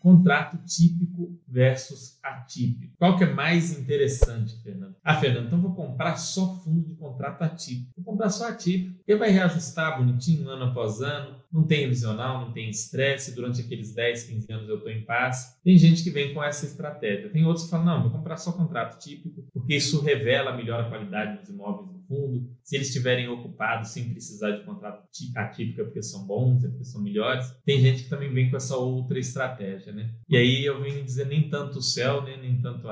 contrato típico versus atípico. Qual que é mais interessante, Fernando? Fernando, então vou comprar só fundo de contrato atípico. Vou comprar só atípico. Ele vai reajustar bonitinho ano após ano, não tem revisional, não tem estresse, durante aqueles 10, 15 anos eu estou em paz. Tem gente que vem com essa estratégia. Tem outros que falam, não, vou comprar só contrato típico, porque isso revela melhor a qualidade dos imóveis do fundo. Se eles estiverem ocupados sem precisar de contrato atípico, é porque são bons, é porque são melhores. Tem gente que também vem com essa outra estratégia, né? E aí eu venho dizer, nem tanto o céu, né? Nem tanto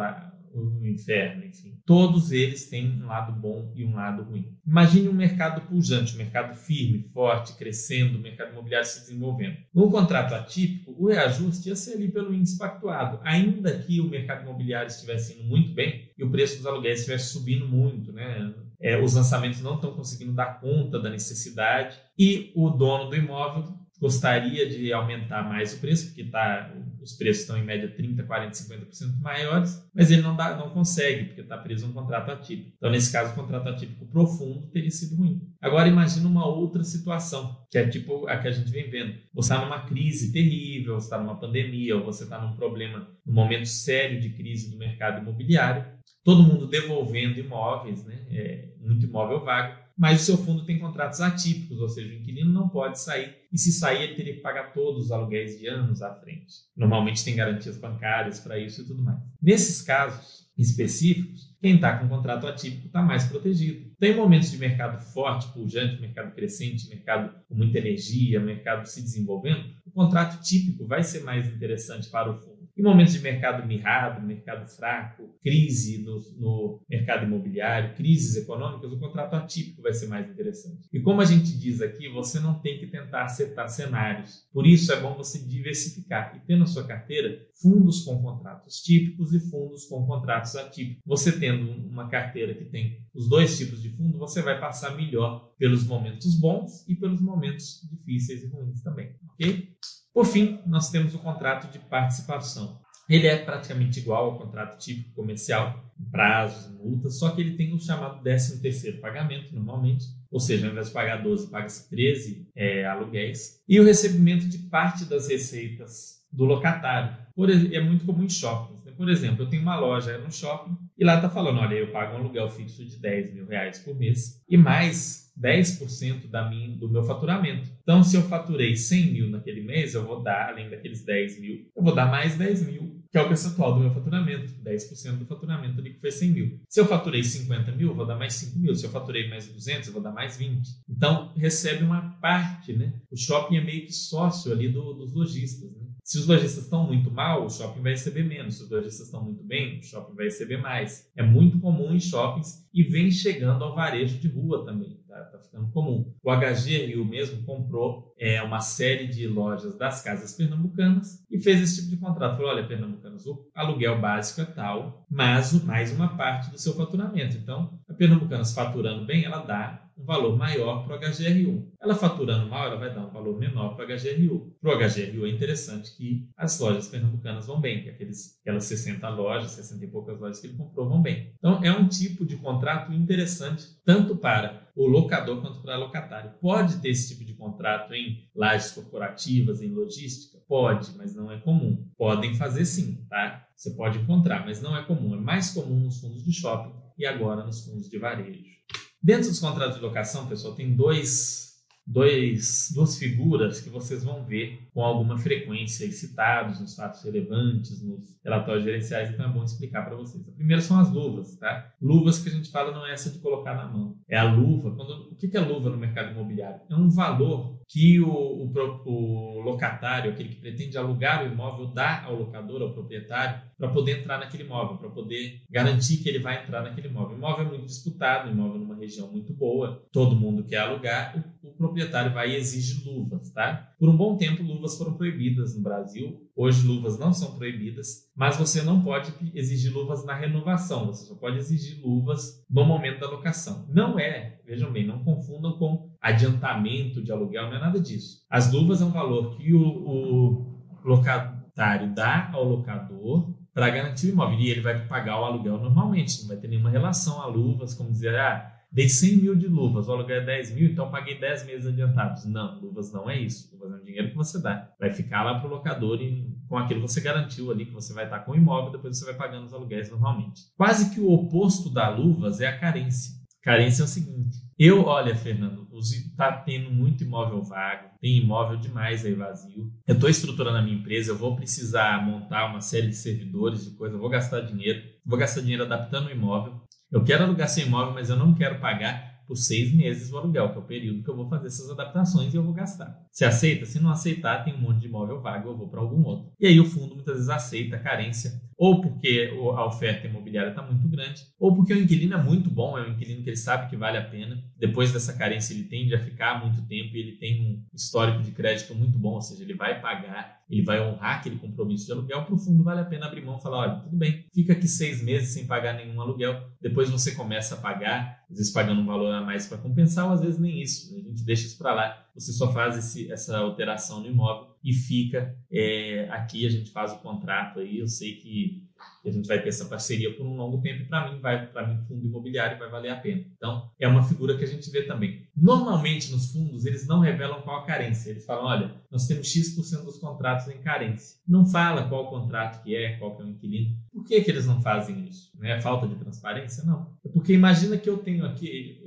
o inferno, enfim. Todos eles têm um lado bom e um lado ruim. Imagine um mercado pujante, um mercado firme, forte, crescendo, o mercado imobiliário se desenvolvendo. No contrato atípico, o reajuste ia ser ali pelo índice pactuado, ainda que o mercado imobiliário estivesse indo muito bem e o preço dos aluguéis estivesse subindo muito, né? Os lançamentos não estão conseguindo dar conta da necessidade e o dono do imóvel gostaria de aumentar mais o preço, porque os preços estão em média 30%, 40%, 50% maiores, mas ele não consegue, porque está preso a um contrato atípico. Então, nesse caso, o contrato atípico profundo teria sido ruim. Agora, imagina uma outra situação, que é tipo a que a gente vem vendo. Você está numa crise terrível, você está numa pandemia, ou você está num problema, num momento sério de crise do mercado imobiliário, todo mundo devolvendo imóveis, né? Muito imóvel vago, mas o seu fundo tem contratos atípicos, ou seja, o inquilino não pode sair, e se sair ele teria que pagar todos os aluguéis de anos à frente. Normalmente tem garantias bancárias para isso e tudo mais. Nesses casos específicos, quem está com contrato atípico está mais protegido. Tem momentos de mercado forte, pujante, mercado crescente, mercado com muita energia, mercado se desenvolvendo, o contrato típico vai ser mais interessante para o fundo. Em momentos de mercado mirrado, mercado fraco, crise no mercado imobiliário, crises econômicas, o contrato atípico vai ser mais interessante. E como a gente diz aqui, você não tem que tentar acertar cenários. Por isso é bom você diversificar e ter na sua carteira fundos com contratos típicos e fundos com contratos atípicos. Você tendo uma carteira que tem os dois tipos de fundo, você vai passar melhor pelos momentos bons e pelos momentos difíceis e ruins também, ok? Por fim, nós temos o contrato de participação. Ele é praticamente igual ao contrato típico comercial, prazos, multas, só que ele tem o chamado 13º pagamento, normalmente, ou seja, ao invés de pagar 12, paga-se 13 aluguéis, e o recebimento de parte das receitas do locatário. É muito comum em shoppings. Por exemplo, eu tenho uma loja no shopping e lá está falando, olha, eu pago um aluguel fixo de R$10 mil por mês e mais 10% do meu faturamento. Então, se eu faturei 100 mil naquele mês, eu vou dar, além daqueles 10 mil, eu vou dar mais 10 mil, que é o percentual do meu faturamento, 10% do faturamento ali que foi 100 mil. Se eu faturei 50 mil, eu vou dar mais 5 mil. Se eu faturei mais 200, eu vou dar mais 20. Então, recebe uma parte, né? O shopping é meio que sócio ali dos lojistas, né? Se os lojistas estão muito mal, o shopping vai receber menos. Se os lojistas estão muito bem, o shopping vai receber mais. É muito comum em shoppings e vem chegando ao varejo de rua também. Tá ficando comum. O HGRU mesmo comprou uma série de lojas das casas pernambucanas e fez esse tipo de contrato. Falou, olha, pernambucanas, o aluguel básico é tal, mas mais uma parte do seu faturamento. Então, a Pernambucanas faturando bem, ela dá um valor maior para o HGRU. Ela faturando mal, ela vai dar um valor menor para o HGRU. Para o HGRU é interessante que as lojas pernambucanas vão bem, que aquelas 60 lojas, 60 e poucas lojas que ele comprou vão bem. Então, é um tipo de contrato interessante, tanto para o locador quanto para o locatário. Pode ter esse tipo de contrato em lajes corporativas, em logística? Pode, mas não é comum. Podem fazer sim, tá? Você pode encontrar, mas não é comum. É mais comum nos fundos de shopping e agora nos fundos de varejo. Dentro dos contratos de locação, pessoal, tem duas figuras que vocês vão ver com alguma frequência e citados nos fatos relevantes, nos relatórios gerenciais, então é bom explicar para vocês. A primeira são as luvas, tá? Luvas que a gente fala não é essa de colocar na mão. É a luva. O que é luva no mercado imobiliário? É um valor que o locatário, aquele que pretende alugar o imóvel, dá ao locador, ao proprietário, para poder entrar naquele imóvel, para poder garantir que ele vai entrar naquele imóvel. O imóvel é muito disputado, o imóvel é numa região muito boa, todo mundo quer alugar, o proprietário vai e exige luvas, tá? Por um bom tempo, luvas foram proibidas no Brasil. Hoje, luvas não são proibidas, mas você não pode exigir luvas na renovação, você só pode exigir luvas no momento da locação. Vejam bem, não confundam com adiantamento de aluguel, não é nada disso. As luvas é um valor que o locatário dá ao locador para garantir o imóvel, e ele vai pagar o aluguel normalmente, não vai ter nenhuma relação a luvas, como dizer, dei 100 mil de luvas, o aluguel é 10 mil, então paguei 10 meses adiantados. Não, luvas não é isso. Luvas é um dinheiro que você dá. Vai ficar lá para o locador e com aquilo você garantiu ali que você vai estar com o imóvel, depois você vai pagando os aluguéis normalmente. Quase que o oposto da luvas é a carência. Carência é o seguinte: olha, Fernando, está tendo muito imóvel vago, tem imóvel demais aí vazio. Eu estou estruturando a minha empresa, eu vou precisar montar uma série de servidores, de coisa, eu vou gastar dinheiro adaptando o imóvel. Eu quero alugar seu imóvel, mas eu não quero pagar por 6 meses o aluguel, que é o período que eu vou fazer essas adaptações e eu vou gastar. Você aceita? Se não aceitar, tem um monte de imóvel vago, eu vou para algum outro. E aí o fundo muitas vezes aceita a carência, ou porque a oferta imobiliária está muito grande, ou porque o inquilino é muito bom, é um inquilino que ele sabe que vale a pena. Depois dessa carência ele tende a ficar muito tempo e ele tem um histórico de crédito muito bom, ou seja, ele vai pagar, ele vai honrar aquele compromisso de aluguel. Para o fundo vale a pena abrir mão e falar: olha, tudo bem, fica aqui 6 meses sem pagar nenhum aluguel, depois você começa a pagar, às vezes pagando um valor a mais para compensar, ou às vezes nem isso, a gente deixa isso para lá, você só faz essa alteração no imóvel e fica aqui, a gente faz o contrato aí. Eu sei que a gente vai ter essa parceria por um longo tempo e para mim fundo imobiliário vai valer a pena. Então é uma figura que a gente vê também. Normalmente nos fundos eles não revelam qual a carência, eles falam: olha, nós temos X% dos contratos em carência. Não fala qual contrato que é, qual que é o inquilino. Por que eles não fazem isso? É falta de transparência? Não. É porque imagina que eu tenho aqui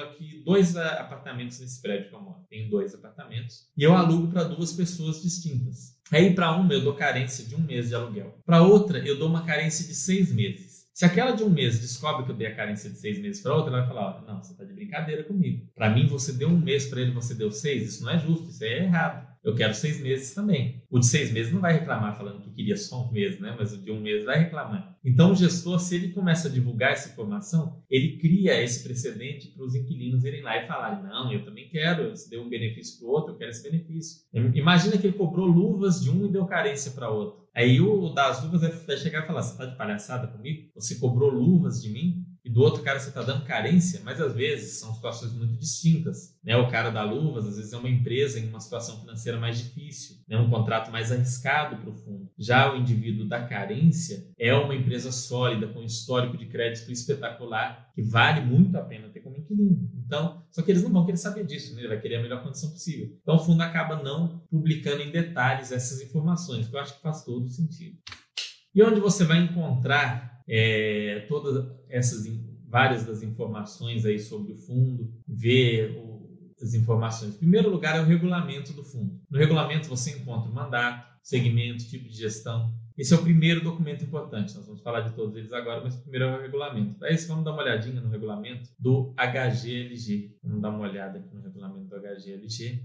2 apartamentos nesse prédio que eu moro. Tenho 2 apartamentos e eu alugo para 2 pessoas distintas. Aí para uma eu dou carência de 1 mês de aluguel. Para outra eu dou uma carência de 6 meses. Se aquela de 1 mês descobre que eu dei a carência de 6 meses para outra, ela vai falar: olha, não, você está de brincadeira comigo. Para mim você deu 1 mês, para ele você deu 6, isso não é justo, isso é errado. Eu quero 6 meses também. O de 6 meses não vai reclamar falando que queria só 1 mês, né? Mas o de 1 mês vai reclamar. Então o gestor, se ele começa a divulgar essa informação, ele cria esse precedente para os inquilinos irem lá e falarem: não, eu também quero, se deu um benefício para o outro, eu quero esse benefício. Imagina que ele cobrou luvas de um e deu carência para outro. Aí o das luvas vai chegar e falar: você está de palhaçada comigo? Você cobrou luvas de mim? E do outro cara você está dando carência? Mas às vezes são situações muito distintas, né? O cara da luvas às vezes é uma empresa em uma situação financeira mais difícil, né? Um contrato mais arriscado para o fundo. Já o indivíduo da carência é uma empresa sólida, com histórico de crédito espetacular, que vale muito a pena ter como inquilino. Então, só que eles não vão querer saber disso, né? Ele vai querer a melhor condição possível. Então o fundo acaba não publicando em detalhes essas informações, que eu acho que faz todo sentido. E onde você vai encontrar todas várias das informações aí sobre o fundo, ver as informações. Em primeiro lugar é o regulamento do fundo. No regulamento você encontra o mandato, segmento, tipo de gestão. Esse é o primeiro documento importante. Nós vamos falar de todos eles agora, mas o primeiro é o regulamento. Daí vamos dar uma olhadinha no regulamento do HGLG. Vamos dar uma olhada aqui no regulamento do HGLG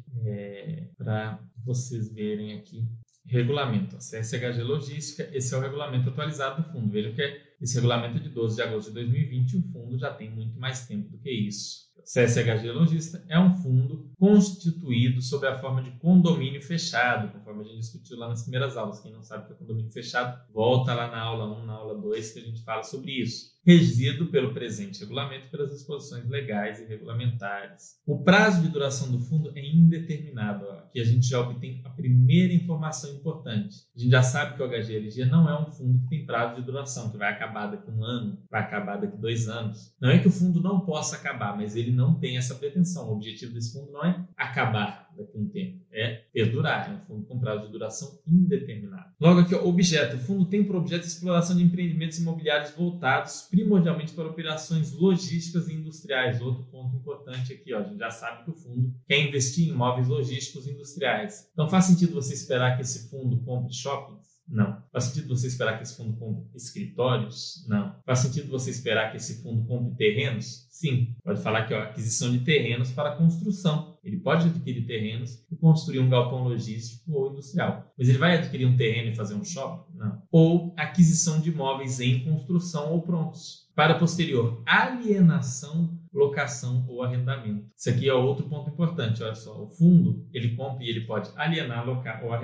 para vocês verem aqui. Regulamento, CSHG Logística, esse é o regulamento atualizado do fundo. Veja que esse regulamento é de 12 de agosto de 2020 e o fundo já tem muito mais tempo do que isso. CSHG Logística é um fundo constituído sob a forma de condomínio fechado, conforme a gente discutiu lá nas primeiras aulas. Quem não sabe o que é condomínio fechado, volta lá na aula 1, na aula 2, que a gente fala sobre isso. Regido pelo presente regulamento e pelas disposições legais e regulamentares. O prazo de duração do fundo é indeterminado. Aqui a gente já obtém a primeira informação importante. A gente já sabe que o HGLG não é um fundo que tem prazo de duração, que vai acabar daqui 1 ano, vai acabar daqui 2 anos. Não é que o fundo não possa acabar, mas ele não tem essa pretensão. O objetivo desse fundo não é acabar daqui a um tempo, é perdurar. É um fundo com prazo de duração indeterminado. Logo aqui, objeto. O fundo tem por objeto a exploração de empreendimentos imobiliários voltados primordialmente para operações logísticas e industriais. Outro ponto importante aqui, a gente já sabe que o fundo quer investir em imóveis logísticos e industriais. Então faz sentido você esperar que esse fundo compre shoppings? Não. Faz sentido você esperar que esse fundo compre escritórios? Não. Faz sentido você esperar que esse fundo compre terrenos? Sim. Pode falar que aquisição de terrenos para construção. Ele pode adquirir terrenos e construir um galpão logístico ou industrial. Mas ele vai adquirir um terreno e fazer um shopping? Não. Ou aquisição de imóveis em construção ou prontos. Para posterior, alienação, locação ou arrendamento. Isso aqui é outro ponto importante. Olha só, o fundo, ele compra e ele pode alienar, locar ou arrendar.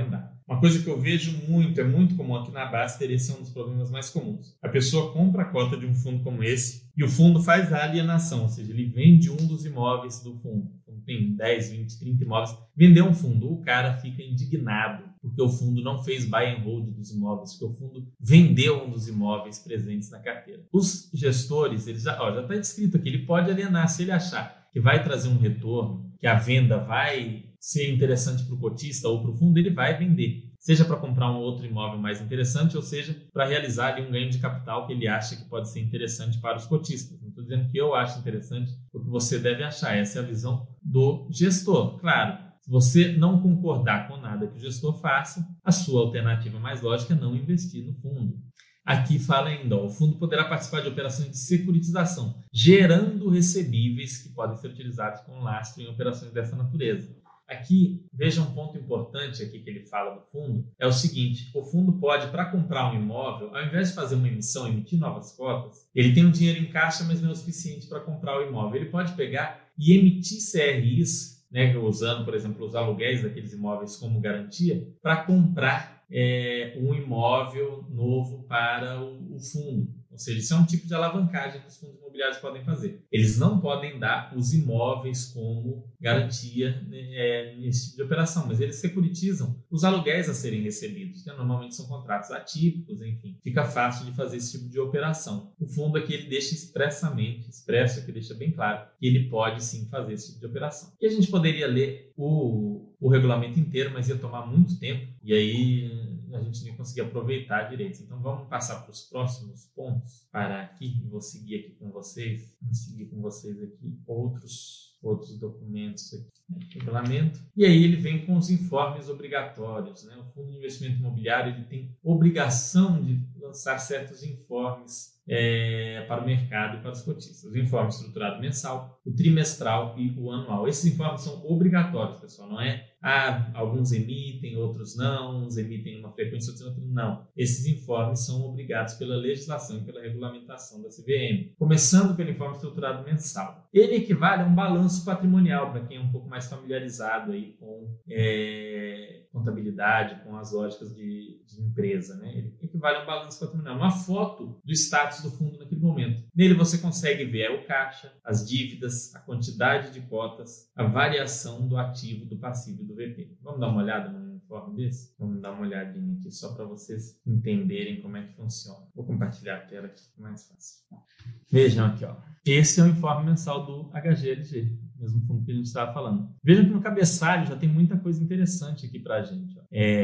Uma coisa que eu vejo muito, é muito comum aqui na Baster, esse é um dos problemas mais comuns. A pessoa compra a cota de um fundo como esse e o fundo faz a alienação, ou seja, ele vende um dos imóveis do fundo. O fundo tem 10, 20, 30 imóveis. Vendeu um fundo, o cara fica indignado porque o fundo não fez buy and hold dos imóveis, porque o fundo vendeu um dos imóveis presentes na carteira. Os gestores, eles já está descrito aqui, ele pode alienar se ele achar que vai trazer um retorno, que a venda vai ser interessante para o cotista ou para o fundo, ele vai vender. Seja para comprar um outro imóvel mais interessante, ou seja, para realizar ali um ganho de capital que ele acha que pode ser interessante para os cotistas. Não estou dizendo que eu acho interessante o que você deve achar. Essa é a visão do gestor. Claro, se você não concordar com nada que o gestor faça, a sua alternativa mais lógica é não investir no fundo. Aqui fala ainda, o fundo poderá participar de operações de securitização, gerando recebíveis que podem ser utilizados com lastro em operações dessa natureza. Aqui, veja um ponto importante aqui que ele fala do fundo, é o seguinte, o fundo pode, para comprar um imóvel, ao invés de fazer uma emissão, emitir novas cotas, ele tem um dinheiro em caixa, mas não é o suficiente para comprar o imóvel. Ele pode pegar e emitir CRIs, né, usando, por exemplo, os aluguéis daqueles imóveis como garantia, para comprar um imóvel novo para o fundo. Ou seja, isso é um tipo de alavancagem que os fundos imobiliários podem fazer. Eles não podem dar os imóveis como garantia nesse tipo de operação, mas eles securitizam os aluguéis a serem recebidos, que normalmente são contratos atípicos, enfim. Fica fácil de fazer esse tipo de operação. O fundo aqui ele deixa expresso aqui deixa bem claro que ele pode sim fazer esse tipo de operação. E a gente poderia ler o regulamento inteiro, mas ia tomar muito tempo, e aí a gente nem conseguia aproveitar direito. Então vamos passar para os próximos pontos. Parar aqui, vou seguir aqui com vocês. Vamos seguir com vocês aqui outros documentos aqui. Regulamento. E aí ele vem com os informes obrigatórios, né? O Fundo de Investimento Imobiliário ele tem obrigação de lançar certos informes para o mercado e para os cotistas. O informe estruturado mensal, o trimestral e o anual. Esses informes são obrigatórios, pessoal. Não é alguns emitem, outros não, uns emitem uma frequência, outros não. Esses informes são obrigados pela legislação e pela regulamentação da CVM. Começando pelo informe estruturado mensal. Ele equivale a um balanço patrimonial, para quem é um pouco mais familiarizado aí com contabilidade, com as lógicas de empresa, né? Ele equivale a um balanço patrimonial, uma foto do status do fundo naquele momento. Nele você consegue ver o caixa, as dívidas, a quantidade de cotas, a variação do ativo, do passivo e do VP. Vamos dar uma olhada num informe desse? Vamos dar uma olhadinha aqui só para vocês entenderem como é que funciona. Vou compartilhar a tela aqui, que é mais fácil. Vejam aqui, ó. Esse é o informe mensal do HGLG, mesmo fundo que a gente estava falando. Vejam que no cabeçalho já tem muita coisa interessante aqui para a gente. Ó.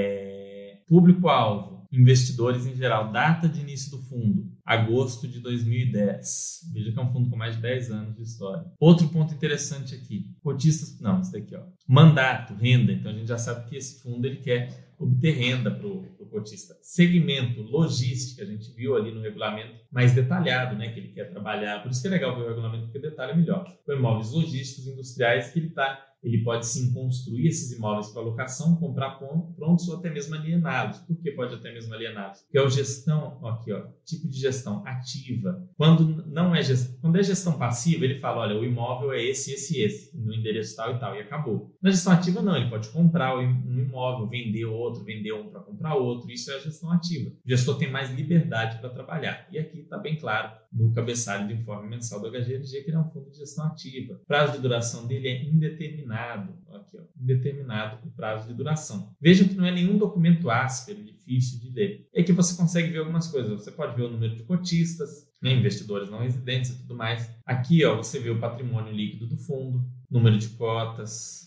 Público-alvo, investidores em geral, data de início do fundo, agosto de 2010. Veja que é um fundo com mais de 10 anos de história. Outro ponto interessante aqui, cotistas, não, isso daqui, ó. Mandato, renda, então a gente já sabe que esse fundo ele quer obter renda para o cotista. Segmento, logística, a gente viu ali no regulamento mais detalhado, né, que ele quer trabalhar, por isso que é legal ver o regulamento, porque detalha melhor. Com imóveis logísticos, industriais, que ele pode sim construir esses imóveis para locação, comprar prontos ou até mesmo aliená-los. Por que pode até mesmo aliená-los? Porque é gestão, aqui, ó, tipo de gestão ativa. Quando é gestão passiva, ele fala, olha, o imóvel é esse, no endereço tal e tal, e acabou. Na gestão ativa, não, ele pode comprar um imóvel, vender outro, vender um para comprar outro, isso é a gestão ativa. O gestor tem mais liberdade para trabalhar. E aqui está bem claro, no cabeçalho do informe mensal do HGLG, que ele é um fundo de gestão ativa. O prazo de duração dele é indeterminado. Aqui, ó, indeterminado o prazo de duração. Vejam que não é nenhum documento áspero, difícil de ler. É que você consegue ver algumas coisas. Você pode ver o número de cotistas, né, investidores não residentes e tudo mais. Aqui, ó, você vê o patrimônio líquido do fundo, número de cotas,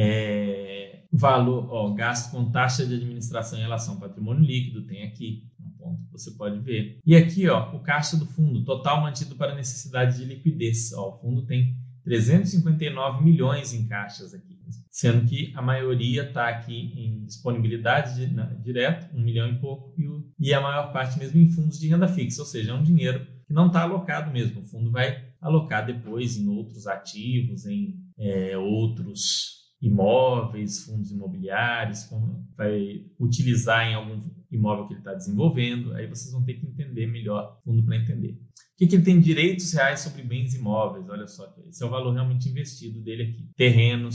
valor, ó, gasto com taxa de administração em relação ao patrimônio líquido, tem aqui um ponto que você pode ver. E aqui, ó, o caixa do fundo, total mantido para necessidade de liquidez. Ó, o fundo tem 359 milhões em caixas aqui, sendo que a maioria está aqui em disponibilidade direta, 1 milhão e pouco, e a maior parte mesmo em fundos de renda fixa, ou seja, é um dinheiro que não está alocado mesmo. O fundo vai alocar depois em outros ativos, em outros imóveis, fundos imobiliários, vai utilizar em algum imóvel que ele está desenvolvendo. Aí vocês vão ter que entender melhor o fundo para entender. O que ele tem? Direitos reais sobre bens imóveis. Olha só, esse é o valor realmente investido dele aqui. Terrenos,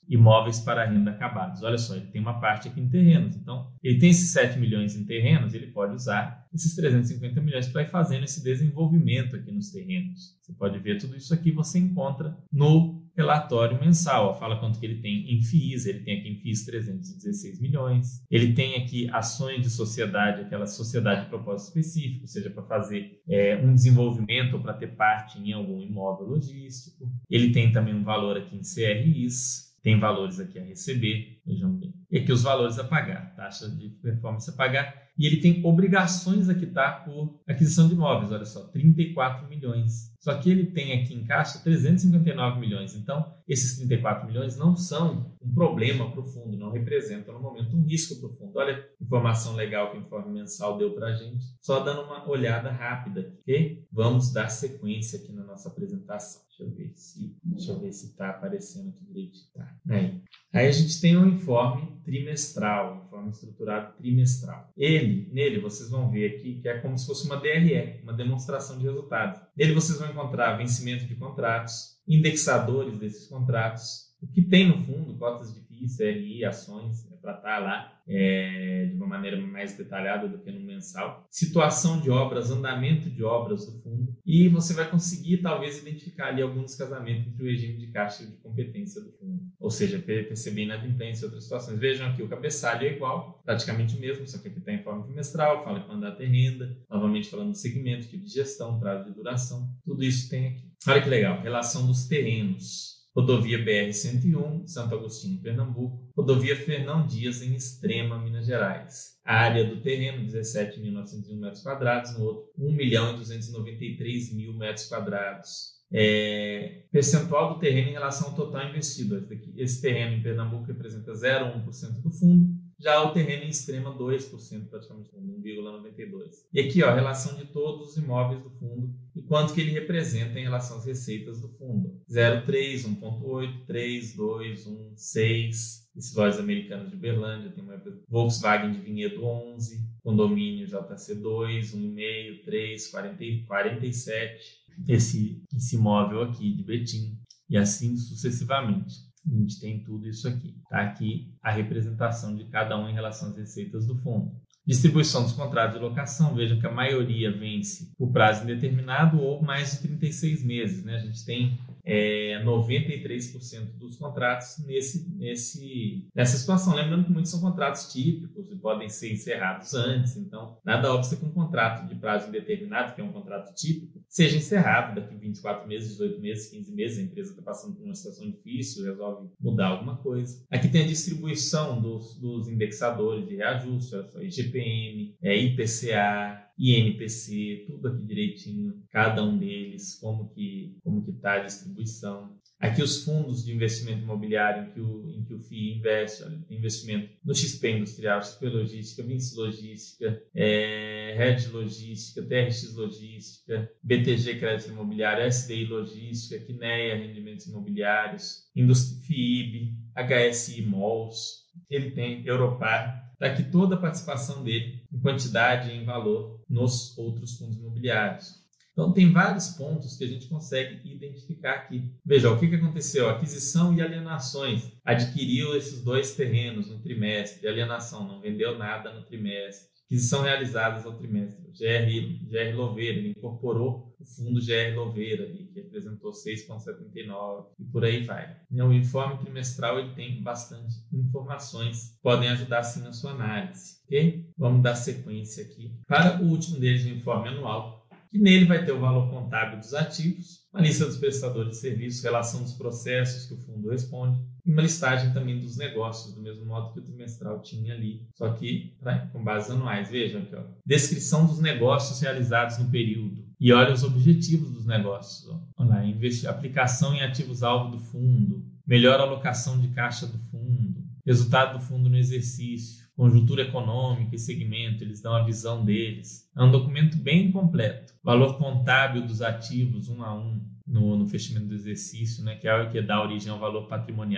imóveis para renda acabados. Olha só, ele tem uma parte aqui em terrenos. Então, ele tem esses 7 milhões em terrenos, ele pode usar esses 350 milhões para ir fazendo esse desenvolvimento aqui nos terrenos. Você pode ver tudo isso aqui, você encontra no relatório mensal. Fala quanto que ele tem em FIIs, ele tem aqui em FIIs 316 milhões. Ele tem aqui ações de sociedade, aquela sociedade de propósito específico, seja para fazer um desenvolvimento ou para ter parte em algum imóvel logístico. Ele tem também um valor aqui em CRIs, tem valores aqui a receber, vejam bem. E aqui os valores a pagar, taxa de performance a pagar. E ele tem obrigações a quitar por aquisição de imóveis, olha só, 34 milhões. Só que ele tem aqui em caixa 359 milhões. Então, esses 34 milhões não são um problema para o fundo, não representam no momento um risco para o fundo. Olha a informação legal que o informe mensal deu para a gente. Só dando uma olhada rápida aqui, ok? Vamos dar sequência aqui na nossa apresentação. Deixa eu ver se está aparecendo aqui direitinho. Tá. Aí a gente tem um informe trimestral, um informe estruturado trimestral. Nele vocês vão ver aqui que é como se fosse uma DRE, uma demonstração de resultados. Nele vocês vão encontrar vencimento de contratos, indexadores desses contratos, o que tem no fundo, cotas de FII, CRI, ações, para estar lá de uma maneira mais detalhada do que no mensal. Situação de obras, andamento de obras do fundo. E você vai conseguir, talvez, identificar ali algum descasamento entre o regime de caixa e de competência do fundo. Ou seja, perceber inadimplência e outras situações. Vejam aqui, o cabeçalho é igual, praticamente o mesmo, só que aqui está em forma trimestral, fala que mandato é renda, novamente falando do segmento, tipo de gestão, prazo de duração. Tudo isso tem aqui. Olha que legal, relação dos terrenos. Rodovia BR-101, Santo Agostinho, Pernambuco. Rodovia Fernão Dias, em Extrema, Minas Gerais. A área do terreno, 17.901 metros quadrados. No outro, 1.293.000 metros quadrados. Percentual do terreno em relação ao total investido. Esse terreno em Pernambuco representa 0,1% do fundo. Já o terreno em Extrema, 2%, praticamente, 1,92%. E aqui, ó, a relação de todos os imóveis do fundo e quanto que ele representa em relação às receitas do fundo. 0,3, 1,8, 3, 2, 1, 6. Esses lojas americanos de Uberlândia, tem uma Volkswagen de Vinhedo 11, condomínio JC 2, 1,5, 3, 47. Esse imóvel aqui de Betim, e assim sucessivamente. A gente tem tudo isso aqui. Está aqui a representação de cada um em relação às receitas do fundo. Distribuição dos contratos de locação. Vejam que a maioria vence por prazo indeterminado ou mais de 36 meses. Né? A gente tem 93% dos contratos nessa situação. Lembrando que muitos são contratos típicos e podem ser encerrados antes. Então, nada óbvio que um contrato de prazo indeterminado, que é um contrato típico, seja encerrado daqui 24 meses, 18 meses, 15 meses. A empresa está passando por uma situação difícil, resolve mudar alguma coisa. Aqui tem a distribuição dos indexadores de reajuste, IGPM, IPCA, INPC, tudo aqui direitinho, cada um deles, como que está a distribuição. Aqui os fundos de investimento imobiliário em que o FII investe, olha, tem investimento no XP Industrial, XP Logística, Vinci Logística, Red Logística, TRX Logística, BTG Crédito Imobiliário, SDI Logística, Quineia Rendimentos Imobiliários, FIIB, HSI Malls, ele tem Europar. Está aqui toda a participação dele em quantidade e em valor nos outros fundos imobiliários. Então, tem vários pontos que a gente consegue identificar aqui. Veja, o que aconteceu? Aquisição e alienações. Adquiriu esses 2 terrenos no trimestre. Alienação, não vendeu nada no trimestre. Aquisição realizadas ao trimestre. GR Louveira, ele incorporou o fundo GR Louveira, ali, que representou 6,79 e por aí vai. O informe trimestral ele tem bastante informações, podem ajudar sim na sua análise. Okay? Vamos dar sequência aqui para o último deles, o informe anual, que nele vai ter o valor contábil dos ativos, uma lista dos prestadores de serviços, relação dos processos que o fundo responde, e uma listagem também dos negócios, do mesmo modo que o trimestral tinha ali, só que com bases anuais. Vejam aqui, ó, descrição dos negócios realizados no período. E olha os objetivos dos negócios. Ó. Olha lá, aplicação em ativos-alvo do fundo, melhor alocação de caixa do fundo, resultado do fundo no exercício, conjuntura econômica e segmento, eles dão a visão deles. É um documento bem completo. Valor contábil dos ativos, 1 a 1, no fechamento do exercício, né, que é o que dá origem ao valor patrimonial.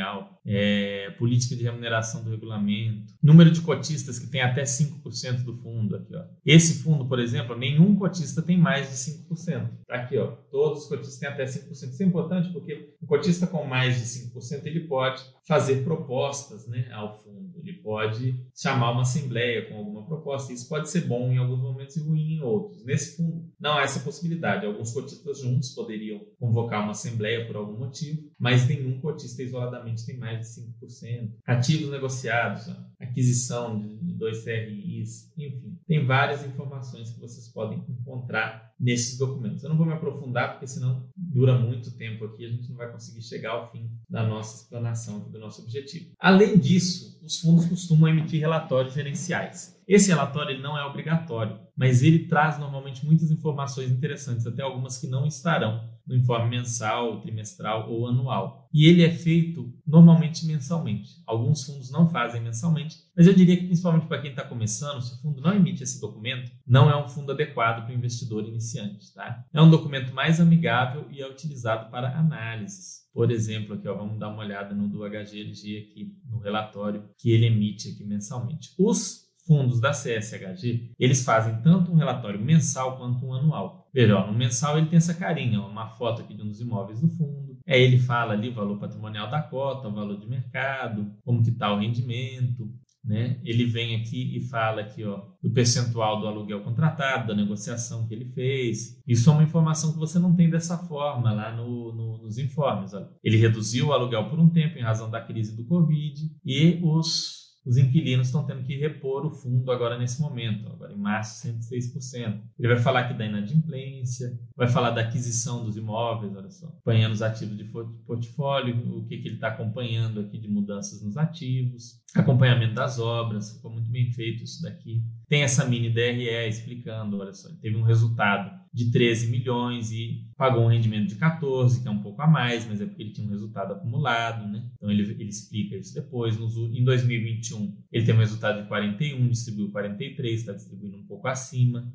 política de remuneração do regulamento, número de cotistas que tem até 5% do fundo. Aqui, ó. Esse fundo, por exemplo, nenhum cotista tem mais de 5%. Tá aqui, ó. Todos os cotistas têm até 5%. Isso é importante porque o cotista com mais de 5% ele pode fazer propostas, né, ao fundo. Ele pode chamar uma assembleia com alguma proposta. Isso pode ser bom em alguns momentos e ruim em outros. Nesse fundo, não há essa possibilidade. Alguns cotistas juntos poderiam convocar uma assembleia por algum motivo, mas nenhum cotista isoladamente tem mais de 5%. Ativos negociados, ó, aquisição de 2 CRIs, enfim. Tem várias informações que vocês podem encontrar nesses documentos. Eu não vou me aprofundar, porque senão dura muito tempo aqui, a gente não vai conseguir chegar ao fim da nossa explanação, do nosso objetivo. Além disso, os fundos costumam emitir relatórios gerenciais. Esse relatório ele não é obrigatório, mas ele traz normalmente muitas informações interessantes, até algumas que não estarão no informe mensal, trimestral ou anual. E ele é feito normalmente mensalmente. Alguns fundos não fazem mensalmente, mas eu diria que principalmente para quem está começando, se o fundo não emite esse documento, não é um fundo adequado para o investidor iniciante. Tá? É um documento mais amigável e é utilizado para análises. Por exemplo, aqui, ó, vamos dar uma olhada no do HGLG aqui, no relatório que ele emite aqui mensalmente. Os fundos da CSHG, eles fazem tanto um relatório mensal quanto um anual. Veja, ó, no mensal ele tem essa carinha, ó, uma foto aqui de um dos imóveis do fundo. Aí ele fala ali o valor patrimonial da cota, o valor de mercado, como que está o rendimento, né? Ele vem aqui e fala aqui, ó, do percentual do aluguel contratado, da negociação que ele fez. Isso é uma informação que você não tem dessa forma lá nos informes. Ó. Ele reduziu o aluguel por um tempo em razão da crise do Covid e os inquilinos estão tendo que repor o fundo agora nesse momento, agora em março, 106%. Ele vai falar aqui da inadimplência, vai falar da aquisição dos imóveis, olha só, acompanhando os ativos de portfólio, o que ele está acompanhando aqui de mudanças nos ativos, acompanhamento das obras, ficou muito bem feito isso daqui. Tem essa mini DRE explicando, olha só, ele teve um resultado de 13 milhões e pagou um rendimento de 14, que é um pouco a mais, mas é porque ele tinha um resultado acumulado, né? Então ele explica isso depois. Em 2021, ele tem um resultado de 41, distribuiu 43, está distribuindo um pouco acima.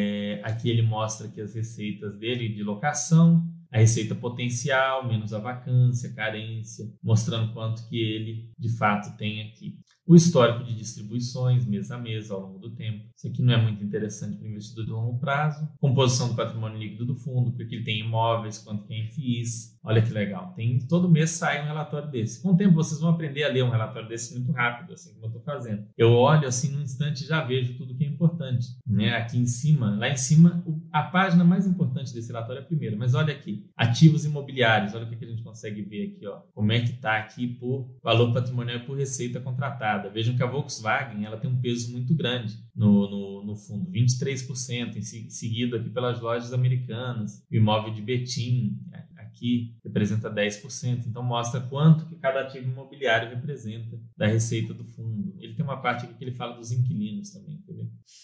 Aqui ele mostra aqui as receitas dele de locação, a receita potencial, menos a vacância, carência, mostrando quanto que ele, de fato, tem aqui. O histórico de distribuições, mês a mês, ao longo do tempo. Isso aqui não é muito interessante para o investidor de longo prazo. Composição do patrimônio líquido do fundo, porque ele tem imóveis, quanto tem FIIs. Olha que legal. Todo mês sai um relatório desse. Com o tempo, vocês vão aprender a ler um relatório desse muito rápido, assim como eu estou fazendo. Eu olho assim num instante e já vejo tudo que é importante. Né? Aqui em cima, lá em cima, a página mais importante desse relatório é a primeira. Mas olha aqui, ativos imobiliários. Olha o que a gente consegue ver aqui. Ó. Como é que está aqui por valor patrimonial e por receita contratada. Vejam que a Volkswagen ela tem um peso muito grande no fundo, 23%, seguido aqui pelas lojas americanas. O imóvel de Betim, aqui, representa 10%. Então, mostra quanto que cada ativo imobiliário representa da receita do fundo. Ele tem uma parte aqui que ele fala dos inquilinos também. Quer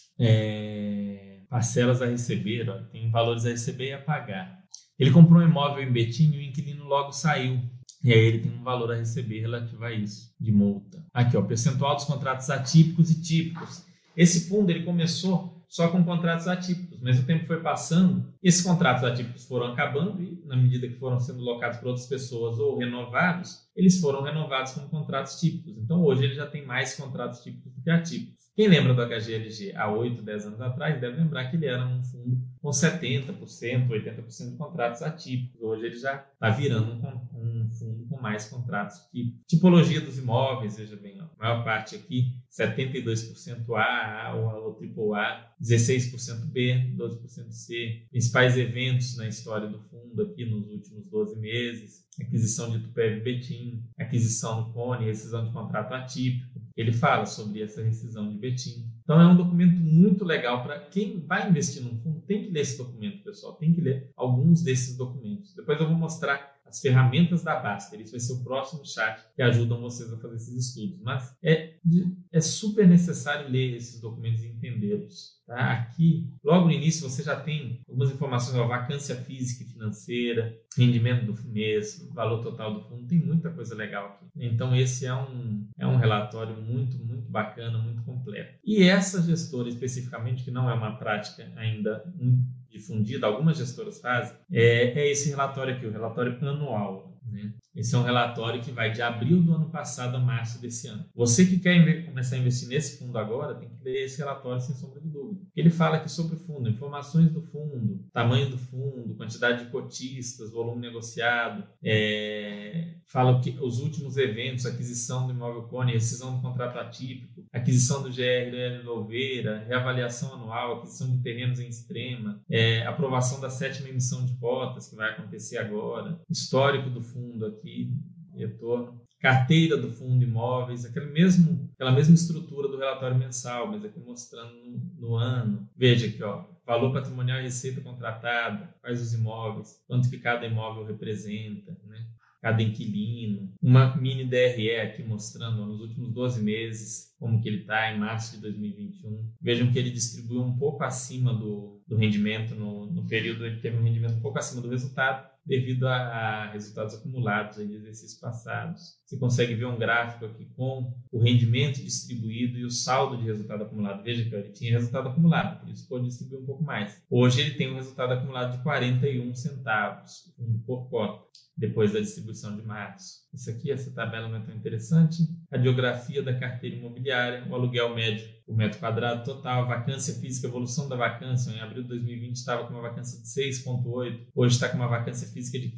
ver? Parcelas a receber, ó, tem valores a receber e a pagar. Ele comprou um imóvel em Betim e o inquilino logo saiu. E aí ele tem um valor a receber relativo a isso, de multa. Aqui, ó, percentual dos contratos atípicos e típicos. Esse fundo ele começou só com contratos atípicos, mas o tempo foi passando, esses contratos atípicos foram acabando e, na medida que foram sendo locados por outras pessoas ou renovados, eles foram renovados como contratos típicos. Então, hoje ele já tem mais contratos típicos do que atípicos. Quem lembra do HGLG há 8, 10 anos atrás deve lembrar que ele era um fundo com 70%, 80% de contratos atípicos. Hoje ele já está virando um fundo com mais contratos típicos. Tipologia dos imóveis, veja bem, ó, a maior parte aqui, 72% A ou AAA, 16% B, 12% C. Principais eventos na história do fundo aqui nos últimos 12 meses. Aquisição de Tupév Betim, aquisição do Cone, rescisão de contrato atípico. Ele fala sobre essa rescisão de Betim. Então é um documento muito legal para quem vai investir num fundo, tem que ler esse documento, pessoal. Tem que ler alguns desses documentos. Depois eu vou mostrar as ferramentas da Baster. Isso vai ser o próximo chat que ajudam vocês a fazer esses estudos. Mas é super necessário ler esses documentos e entendê-los. Tá? Aqui, logo no início, você já tem algumas informações sobre vacância física e financeira, rendimento do mês, valor total do fundo. Tem muita coisa legal aqui. Então, esse é um relatório muito, muito bacana, muito completo. E essa gestora, especificamente, que não é uma prática ainda muito difundida, algumas gestoras fazem, é esse relatório aqui, o relatório anual. Né? Esse é um relatório que vai de abril do ano passado a março desse ano. Você que quer começar a investir nesse fundo agora, tem que ler esse relatório sem sombra de dúvida. Ele fala aqui sobre o fundo, informações do fundo, tamanho do fundo, quantidade de cotistas, volume negociado, fala que os últimos eventos, aquisição do imóvel Cone, rescisão do contrato atípico, aquisição do GR Louveira, reavaliação anual, aquisição de terrenos em Extrema, aprovação da 7ª emissão de cotas, que vai acontecer agora, histórico do fundo aqui, retorno, carteira do fundo imóveis, aquela mesma estrutura do relatório mensal, mas aqui mostrando no ano. Veja aqui, valor patrimonial e receita contratada, quais os imóveis, quanto que cada imóvel representa, né? Cada inquilino, uma mini DRE aqui mostrando nos últimos 12 meses como que ele está em março de 2021. Vejam que ele distribuiu um pouco acima do rendimento, no período ele teve um rendimento um pouco acima do resultado, devido a resultados acumulados de exercícios passados. Você consegue ver um gráfico aqui com o rendimento distribuído e o saldo de resultado acumulado. Veja que ele tinha resultado acumulado, por isso pode distribuir um pouco mais. Hoje ele tem um resultado acumulado de 41 centavos por cota, depois da distribuição de março. Essa tabela não é tão interessante. A radiografia da carteira imobiliária, o aluguel médio por metro quadrado total, vacância física, evolução da vacância. Em abril de 2020 estava com uma vacância de 6,8, hoje está com uma vacância física de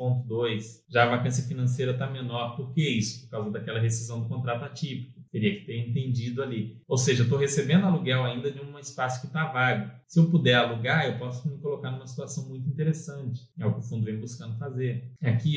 15,2. Já a vacância financeira está menor. Por que isso? Por causa daquela rescisão do contrato atípico. Teria que ter entendido ali. Ou seja, eu estou recebendo aluguel ainda de um espaço que está vago. Se eu puder alugar, eu posso me colocar numa situação muito interessante. É o que o fundo vem buscando fazer. Aqui,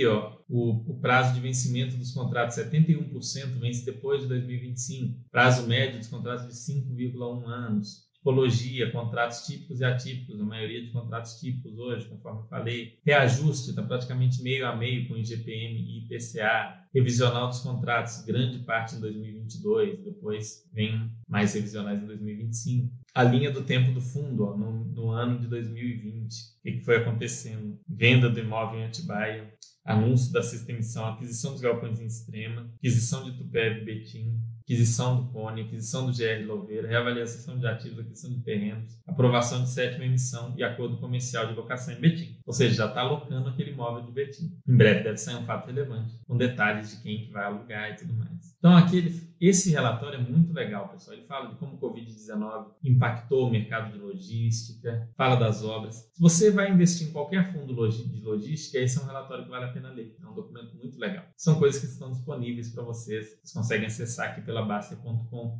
o prazo de vencimento dos contratos, 71%, vence depois de 2025. Prazo médio dos contratos de 5,1 anos. Tipologia, contratos típicos e atípicos, a maioria de contratos típicos hoje, conforme eu falei. Reajuste, está praticamente meio a meio com IGPM e IPCA. Revisional dos contratos, grande parte em 2022, depois vem mais revisionais em 2025. A linha do tempo do fundo, no ano de 2020, o que foi acontecendo? Venda do imóvel em Atibaia, anúncio da sexta emissão, aquisição dos galpões em Extrema, aquisição de Tupéva e Betim, aquisição do Cone, aquisição do GR Louveira, reavaliação de ativos, aquisição de terrenos, aprovação de 7ª emissão e acordo comercial de locação em Betim. Ou seja, já está alocando aquele imóvel de Betim. Em breve deve sair um fato relevante, com detalhes de quem que vai alugar e tudo mais. Então esse relatório é muito legal, pessoal. Ele fala de como o Covid-19 impactou o mercado de logística, fala das obras. Se você vai investir em qualquer fundo de logística, esse é um relatório que vale a pena ler. É um documento muito legal. São coisas que estão disponíveis para vocês. Vocês conseguem acessar aqui pela Baster.com.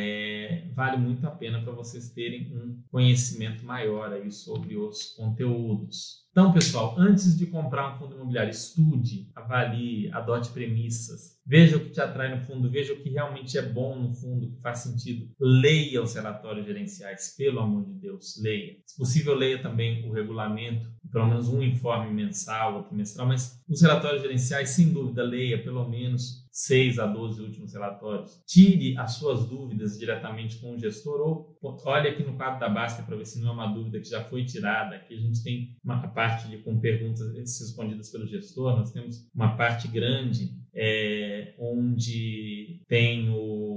Vale muito a pena para vocês terem um conhecimento maior aí sobre os conteúdos. Então, pessoal, antes de comprar um fundo imobiliário, estude, avalie, adote premissas, veja o que te atrai no fundo, veja o que realmente é bom no fundo, que faz sentido. Leia os relatórios gerenciais, pelo amor de Deus, leia. Se possível, leia também o regulamento, pelo menos um informe mensal ou trimestral, mas os relatórios gerenciais, sem dúvida, leia pelo menos 6 a 12 últimos relatórios. Tire as suas dúvidas diretamente com o gestor ou olhe aqui no quadro da Baster para ver se não é uma dúvida que já foi tirada. Aqui a gente tem uma parte com perguntas respondidas pelo gestor, nós temos uma parte grande onde tem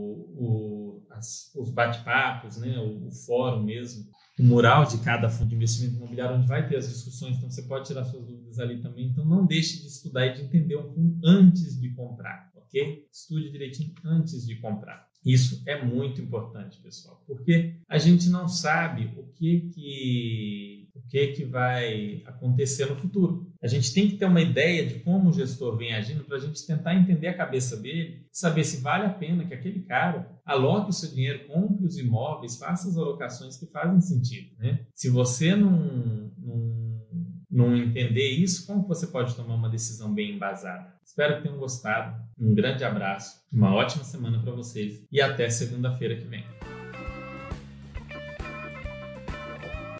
os bate-papos, né, o fórum mesmo, o mural de cada fundo de investimento imobiliário, onde vai ter as discussões, então você pode tirar suas dúvidas ali também. Então não deixe de estudar e de entender um fundo antes de comprar, ok? Estude direitinho antes de comprar. Isso é muito importante, pessoal, porque a gente não sabe o que vai acontecer no futuro. A gente tem que ter uma ideia de como o gestor vem agindo para a gente tentar entender a cabeça dele, saber se vale a pena que aquele cara aloque o seu dinheiro, compre os imóveis, faça as alocações que fazem sentido, né? Se você não entender isso, como você pode tomar uma decisão bem embasada? Espero que tenham gostado. Um grande abraço, uma ótima semana para vocês e até segunda-feira que vem.